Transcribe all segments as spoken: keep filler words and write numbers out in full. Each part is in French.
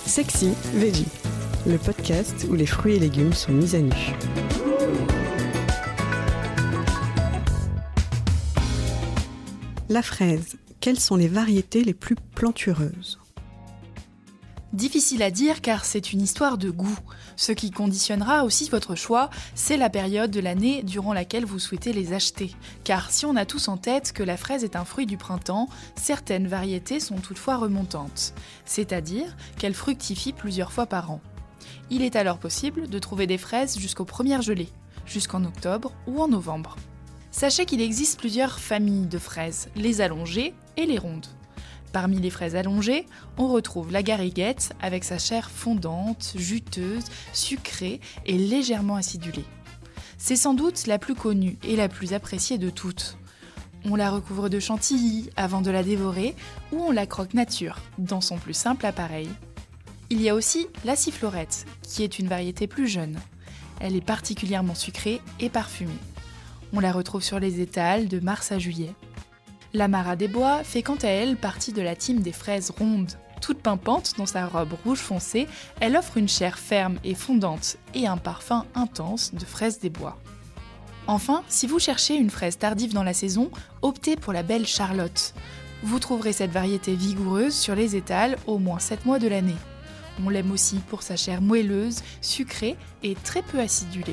Sexy Veggie, le podcast où les fruits et légumes sont mis à nu. La fraise, quelles sont les variétés les plus plantureuses ? Difficile à dire car c'est une histoire de goût. Ce qui conditionnera aussi votre choix, c'est la période de l'année durant laquelle vous souhaitez les acheter. Car si on a tous en tête que la fraise est un fruit du printemps, certaines variétés sont toutefois remontantes, c'est-à-dire qu'elles fructifient plusieurs fois par an. Il est alors possible de trouver des fraises jusqu'aux premières gelées, jusqu'en octobre ou en novembre. Sachez qu'il existe plusieurs familles de fraises, les allongées et les rondes. Parmi les fraises allongées, on retrouve la gariguette avec sa chair fondante, juteuse, sucrée et légèrement acidulée. C'est sans doute la plus connue et la plus appréciée de toutes. On la recouvre de chantilly avant de la dévorer ou on la croque nature, dans son plus simple appareil. Il y a aussi la sifflorette, qui est une variété plus jeune. Elle est particulièrement sucrée et parfumée. On la retrouve sur les étals de mars à juillet. La Mara des Bois fait quant à elle partie de la team des fraises rondes. Toute pimpante dans sa robe rouge foncé, elle offre une chair ferme et fondante et un parfum intense de fraise des bois. Enfin, si vous cherchez une fraise tardive dans la saison, optez pour la belle Charlotte. Vous trouverez cette variété vigoureuse sur les étals au moins sept mois de l'année. On l'aime aussi pour sa chair moelleuse, sucrée et très peu acidulée.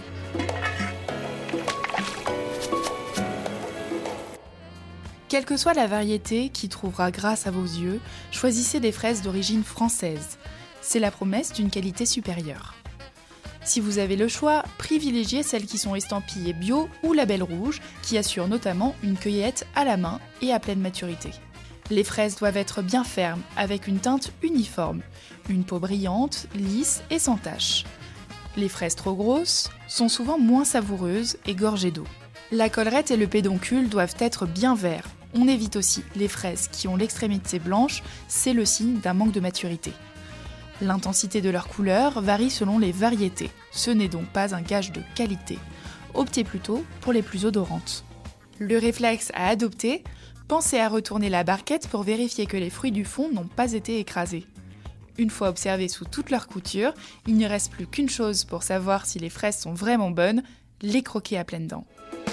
Quelle que soit la variété qui trouvera grâce à vos yeux, choisissez des fraises d'origine française. C'est la promesse d'une qualité supérieure. Si vous avez le choix, privilégiez celles qui sont estampillées bio ou label rouge, qui assurent notamment une cueillette à la main et à pleine maturité. Les fraises doivent être bien fermes, avec une teinte uniforme, une peau brillante, lisse et sans taches. Les fraises trop grosses sont souvent moins savoureuses et gorgées d'eau. La collerette et le pédoncule doivent être bien verts. On évite aussi les fraises qui ont l'extrémité blanche, c'est le signe d'un manque de maturité. L'intensité de leur couleur varie selon les variétés, ce n'est donc pas un gage de qualité. Optez plutôt pour les plus odorantes. Le réflexe à adopter, pensez à retourner la barquette pour vérifier que les fruits du fond n'ont pas été écrasés. Une fois observés sous toute leur couture, il ne reste plus qu'une chose pour savoir si les fraises sont vraiment bonnes, les croquer à pleines dents.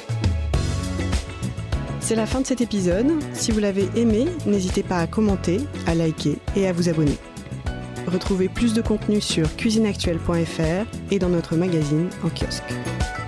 C'est la fin de cet épisode. Si vous l'avez aimé, n'hésitez pas à commenter, à liker et à vous abonner. Retrouvez plus de contenu sur cuisine actuelle point f r et dans notre magazine en kiosque.